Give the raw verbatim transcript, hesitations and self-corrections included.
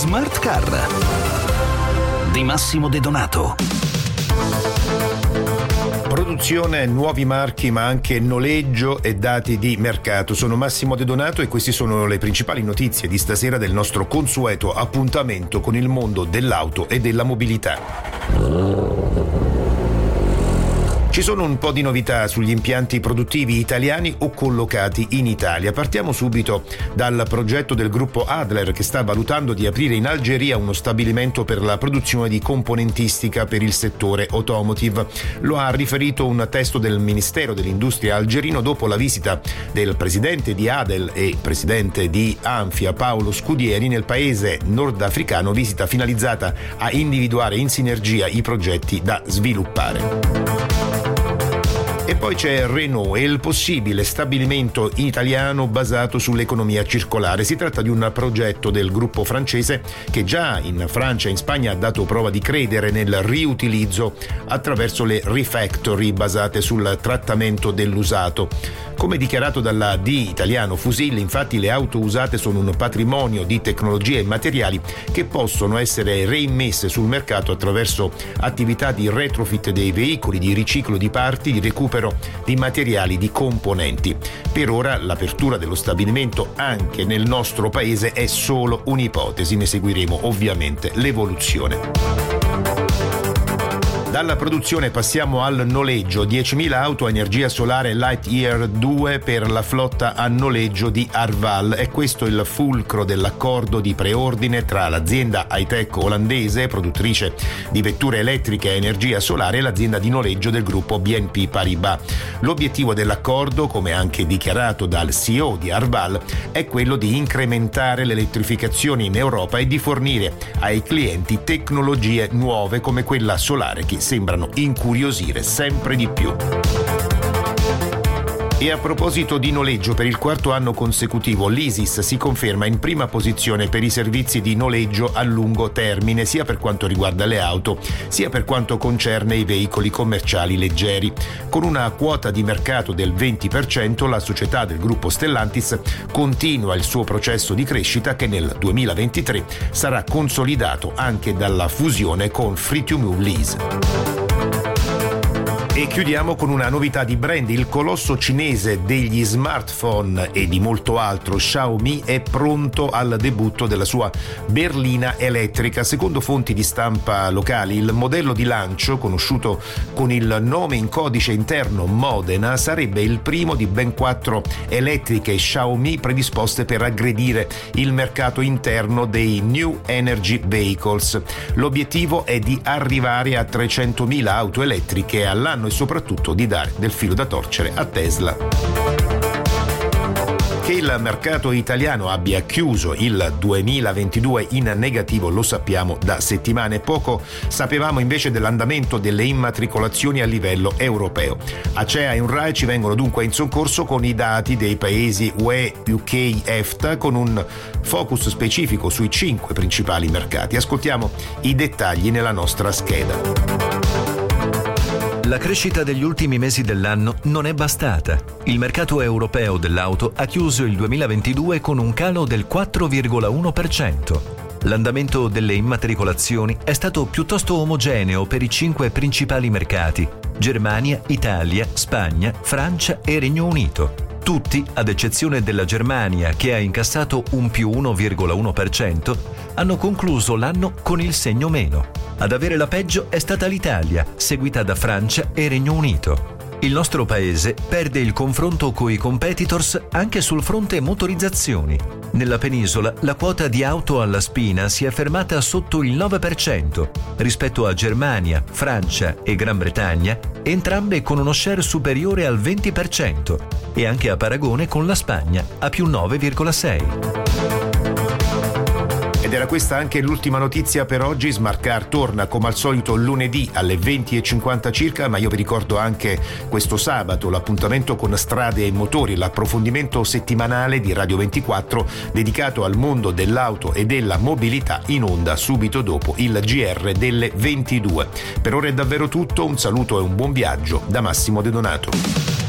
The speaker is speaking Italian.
Smart Car di Massimo De Donato. Produzione, nuovi marchi ma anche noleggio e dati di mercato. Sono Massimo De Donato e queste sono le principali notizie di stasera del nostro consueto appuntamento con il mondo dell'auto e della mobilità. Ci sono un po' di novità sugli impianti produttivi italiani o collocati in Italia. Partiamo subito dal progetto del gruppo Adler, che sta valutando di aprire in Algeria uno stabilimento per la produzione di componentistica per il settore automotive. Lo ha riferito un testo del Ministero dell'Industria algerino dopo la visita del presidente di Adel e presidente di Anfia Paolo Scudieri nel paese nordafricano, visita finalizzata a individuare in sinergia i progetti da sviluppare. E poi c'è Renault e il possibile stabilimento italiano basato sull'economia circolare. Si tratta di un progetto del gruppo francese che già in Francia e in Spagna ha dato prova di credere nel riutilizzo attraverso le refactory basate sul trattamento dell'usato. Come dichiarato dalla D italiano Fusil, infatti le auto usate sono un patrimonio di tecnologie e materiali che possono essere reimmesse sul mercato attraverso attività di retrofit dei veicoli, di riciclo di parti, di recupero di materiali, di componenti. Per ora l'apertura dello stabilimento anche nel nostro paese è solo un'ipotesi, ne seguiremo ovviamente l'evoluzione. Dalla produzione passiamo al noleggio. diecimila auto a energia solare Lightyear due per la flotta a noleggio di Arval. È questo il fulcro dell'accordo di preordine tra l'azienda high-tech olandese, produttrice di vetture elettriche a energia solare, e l'azienda di noleggio del gruppo B N P Paribas. L'obiettivo dell'accordo, come anche dichiarato dal C E O di Arval, è quello di incrementare l'elettrificazione in Europa e di fornire ai clienti tecnologie nuove come quella solare che sembrano incuriosire sempre di più. E a proposito di noleggio, per il quarto anno consecutivo l'Isis si conferma in prima posizione per i servizi di noleggio a lungo termine, sia per quanto riguarda le auto, sia per quanto concerne i veicoli commerciali leggeri. Con una quota di mercato del venti per cento, la società del gruppo Stellantis continua il suo processo di crescita che nel duemilaventitré sarà consolidato anche dalla fusione con Free2Move Lease. E chiudiamo con una novità di brand. Il colosso cinese degli smartphone e di molto altro, Xiaomi, è pronto al debutto della sua berlina elettrica. Secondo fonti di stampa locali, il modello di lancio, conosciuto con il nome in codice interno Modena, sarebbe il primo di ben quattro elettriche Xiaomi predisposte per aggredire il mercato interno dei New Energy Vehicles. L'obiettivo è di arrivare a trecentomila auto elettriche all'anno e soprattutto di dare del filo da torcere a Tesla. Che il mercato italiano abbia chiuso il duemilaventidue in negativo lo sappiamo da settimane. Poco sapevamo invece dell'andamento delle immatricolazioni a livello europeo. Acea e Unrae ci vengono dunque in soccorso con i dati dei paesi U E, U K e E F T A, con un focus specifico sui cinque principali mercati. Ascoltiamo i dettagli nella nostra scheda. La crescita degli ultimi mesi dell'anno non è bastata. Il mercato europeo dell'auto ha chiuso il duemilaventidue con un calo del quattro virgola uno per cento. L'andamento delle immatricolazioni è stato piuttosto omogeneo per i cinque principali mercati: Germania, Italia, Spagna, Francia e Regno Unito. Tutti, ad eccezione della Germania, che ha incassato un più uno virgola uno per cento, hanno concluso l'anno con il segno meno. Ad avere la peggio è stata l'Italia, seguita da Francia e Regno Unito. Il nostro paese perde il confronto coi competitors anche sul fronte motorizzazioni. Nella penisola la quota di auto alla spina si è fermata sotto il nove per cento rispetto a Germania, Francia e Gran Bretagna, entrambe con uno share superiore al venti per cento, e anche a paragone con la Spagna a più nove virgola sei. Ed era questa anche l'ultima notizia per oggi. Smart Car torna come al solito lunedì alle venti e cinquanta circa, ma io vi ricordo anche questo sabato l'appuntamento con Strade e Motori, l'approfondimento settimanale di Radio ventiquattro dedicato al mondo dell'auto e della mobilità, in onda subito dopo il G R delle ventidue. Per ora è davvero tutto, un saluto e un buon viaggio da Massimo De Donato.